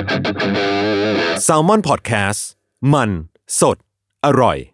Salmon Podcast มันสดอร่อย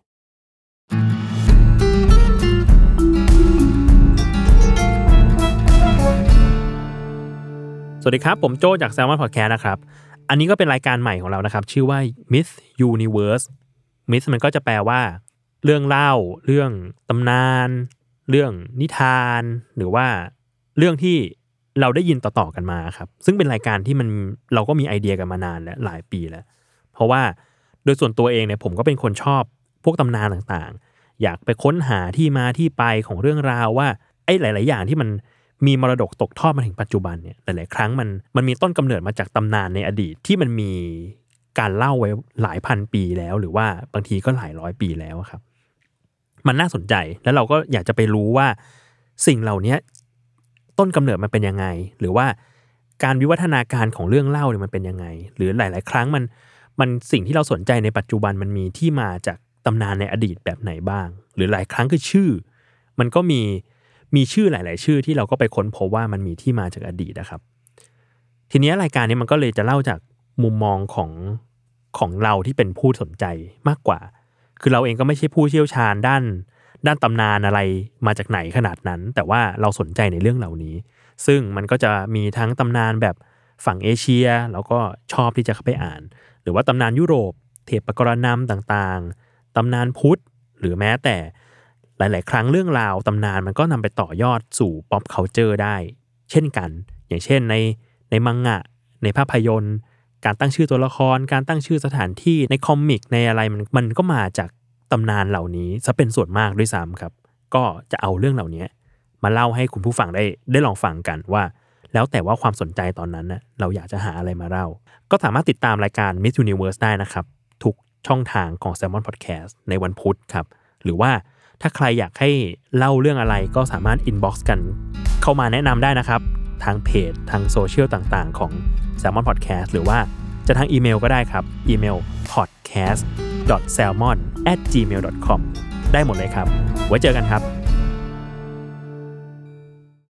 สวัสดีครับผมโจจาก Salmon Podcast นะครับอันนี้ก็เป็นรายการใหม่ของเรานะครับชื่อว่า Myth Universe Myth มันก็จะแปลว่าเรื่องเล่าเรื่องตำนานเรื่องนิทานหรือว่าเรื่องที่เราได้ยินต่อๆกันมาครับซึ่งเป็นรายการที่เราก็มีไอเดียกันมานานแล้วหลายปีแล้วเพราะว่าโดยส่วนตัวเองเนี่ยผมก็เป็นคนชอบพวกตำนานต่างๆอยากไปค้นหาที่มาที่ไปของเรื่องราวว่าไอ้หลายๆอย่างที่มันมีมรดกตกทอดมาถึงปัจจุบันเนี่ยหลายๆครั้งมันมีต้นกำเนิดมาจากตำนานในอดีตที่มันมีการเล่าไว้หลายพันปีแล้วหรือว่าบางทีก็หลายร้อยปีแล้วครับมันน่าสนใจแล้วเราก็อยากจะไปรู้ว่าสิ่งเหล่านี้ต้นกำเนิดมันเป็นยังไงหรือว่าการวิวัฒนาการของเรื่องเล่าเนี่ยมันเป็นยังไงหรือหลายๆครั้งมันสิ่งที่เราสนใจในปัจจุบันมันมีที่มาจากตำนานในอดีตแบบไหนบ้างหรือหลายครั้งคือชื่อมันก็มีชื่อหลายๆชื่อที่เราก็ไปค้นพบว่ามันมีที่มาจากอดีตนะครับทีนี้รายการนี้มันก็เลยจะเล่าจากมุมมองของเราที่เป็นผู้สนใจมากกว่าคือเราเองก็ไม่ใช่ผู้เชี่ยวชาญด้านตำนานอะไรมาจากไหนขนาดนั้นแต่ว่าเราสนใจในเรื่องเหล่านี้ซึ่งมันก็จะมีทั้งตำนานแบบฝั่งเอเชียแล้วก็ชอบที่จะเข้าไปอ่านหรือว่าตำนานยุโรปเทพกรณำต่างๆตำนานพุทธหรือแม้แต่หลายๆครั้งเรื่องราวตำนานมันก็นำไปต่อยอดสู่ pop culture ได้เช่นกันอย่างเช่นในมังงะในภาพยนตร์การตั้งชื่อตัวละครการตั้งชื่อสถานที่ในคอมิกในอะไรมันก็มาจากตำนานเหล่านี้ซะเป็นส่วนมากด้วยซ้ำครับก็จะเอาเรื่องเหล่านี้มาเล่าให้คุณผู้ฟังได้ลองฟังกันว่าแล้วแต่ว่าความสนใจตอนนั้นนะเราอยากจะหาอะไรมาเล่าก็สามารถติดตามรายการ Myth Universe ได้นะครับทุกช่องทางของ Salmon Podcast ในวันพุธครับหรือว่าถ้าใครอยากให้เล่าเรื่องอะไรก็สามารถ inbox กันเข้ามาแนะนำได้นะครับทางเพจทางโซเชียลต่างๆของ Salmon Podcast หรือว่าจะทางอีเมลก็ได้ครับอีเมล podcast.salmon@gmail.com ได้หมดเลยครับไว้เจอกันครับ